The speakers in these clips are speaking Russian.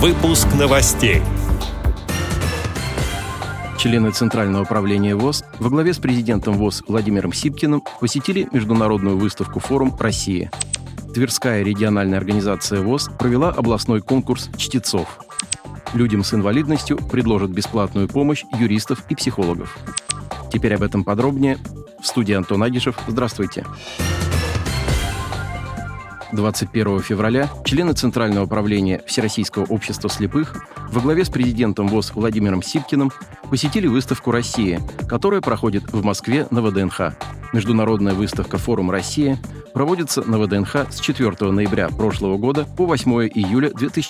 Выпуск новостей. Члены Центрального управления ВОС во главе с президентом ВОС Владимиром Сипкиным посетили международную выставку «Форум Россия». Тверская региональная организация ВОС провела областной конкурс чтецов. Людям с инвалидностью предложат бесплатную помощь юристов и психологов. Теперь об этом подробнее. В студии Антон Агишев. Здравствуйте. 21 февраля члены Центрального управления Всероссийского общества слепых во главе с президентом ВОС Владимиром Сипкиным посетили выставку «Россия», которая проходит в Москве на ВДНХ. Международная выставка «Форум Россия» проводится на ВДНХ с 4 ноября прошлого года по 8 июля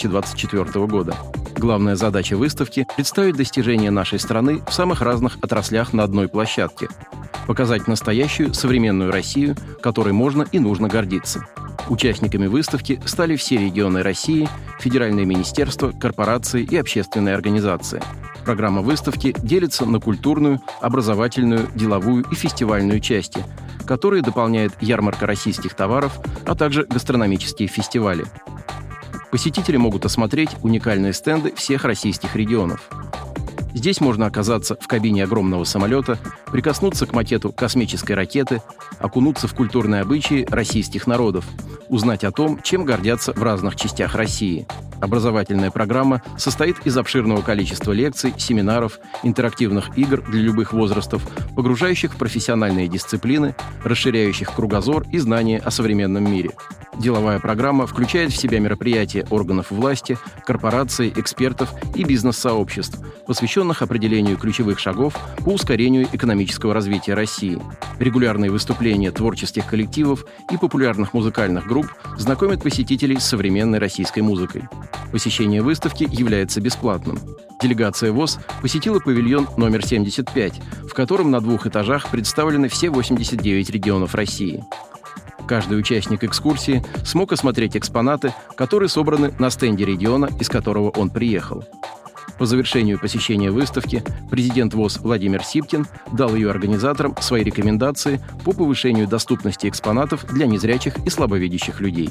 2024 года. Главная задача выставки – представить достижения нашей страны в самых разных отраслях на одной площадке, показать настоящую современную Россию, которой можно и нужно гордиться. Участниками выставки стали все регионы России, федеральные министерства, корпорации и общественные организации. Программа выставки делится на культурную, образовательную, деловую и фестивальную части, которые дополняет ярмарка российских товаров, а также гастрономические фестивали. Посетители могут осмотреть уникальные стенды всех российских регионов. Здесь можно оказаться в кабине огромного самолета, прикоснуться к макету космической ракеты, окунуться в культурные обычаи российских народов, узнать о том, чем гордятся в разных частях России. Образовательная программа состоит из обширного количества лекций, семинаров, интерактивных игр для любых возрастов, погружающих в профессиональные дисциплины, расширяющих кругозор и знания о современном мире. Деловая программа включает в себя мероприятия органов власти, корпораций, экспертов и бизнес-сообществ, посвященных определению ключевых шагов по ускорению экономического развития России. Регулярные выступления творческих коллективов и популярных музыкальных групп знакомят посетителей с современной российской музыкой. Посещение выставки является бесплатным. Делегация ВОС посетила павильон номер 75, в котором на 2 этажах представлены все 89 регионов России. Каждый участник экскурсии смог осмотреть экспонаты, которые собраны на стенде региона, из которого он приехал. По завершению посещения выставки президент ВОС Владимир Сипкин дал ее организаторам свои рекомендации по повышению доступности экспонатов для незрячих и слабовидящих людей.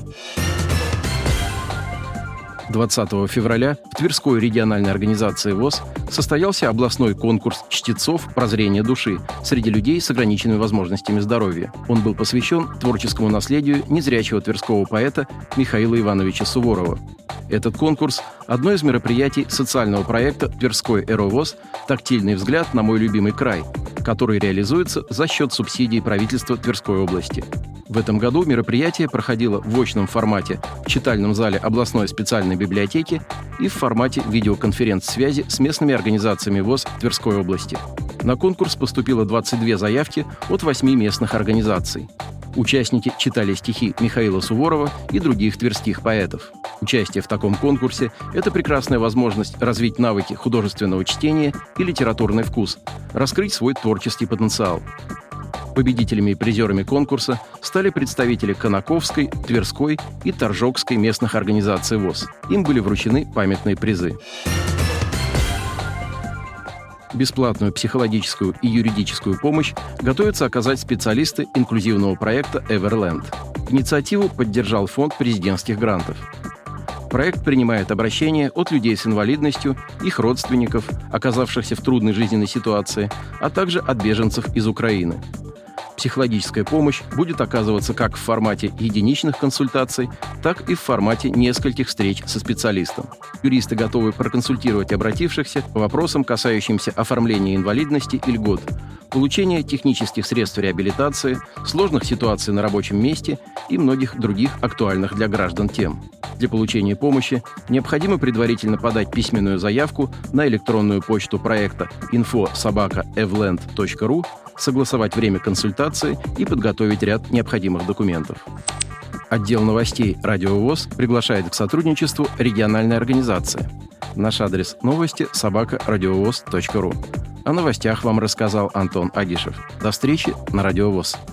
20 февраля в Тверской региональной организации ВОС состоялся областной конкурс чтецов «Прозрение души» среди людей с ограниченными возможностями здоровья. Он был посвящен творческому наследию незрячего тверского поэта Михаила Ивановича Суворова. Этот конкурс – одно из мероприятий социального проекта Тверской ЭРО ВОС «Тактильный взгляд на мой любимый край», который реализуется за счет субсидий правительства Тверской области. В этом году мероприятие проходило в очном формате в читальном зале областной специальной библиотеки и в формате видеоконференц-связи с местными организациями ВОС Тверской области. На конкурс поступило 22 заявки от 8 местных организаций. Участники читали стихи Михаила Суворова и других тверских поэтов. Участие в таком конкурсе – это прекрасная возможность развить навыки художественного чтения и литературный вкус, раскрыть свой творческий потенциал. Победителями и призерами конкурса стали представители Конаковской, Тверской и Торжокской местных организаций ВОС. Им были вручены памятные призы. Бесплатную психологическую и юридическую помощь готовятся оказать специалисты инклюзивного проекта «Эверленд». Инициативу поддержал Фонд президентских грантов. Проект принимает обращения от людей с инвалидностью, их родственников, оказавшихся в трудной жизненной ситуации, а также от беженцев из Украины. Психологическая помощь будет оказываться как в формате единичных консультаций, так и в формате нескольких встреч со специалистом. Юристы готовы проконсультировать обратившихся по вопросам, касающимся оформления инвалидности и льгот, получения технических средств реабилитации, сложных ситуаций на рабочем месте и многих других актуальных для граждан тем. Для получения помощи необходимо предварительно подать письменную заявку на электронную почту проекта info@evland.ru, согласовать время консультации и подготовить ряд необходимых документов. Отдел новостей «Радио ВОС» приглашает к сотрудничеству региональной организации. Наш адрес новости@радиовоз.ру. О новостях вам рассказал Антон Агишев. До встречи на Радио ВОС.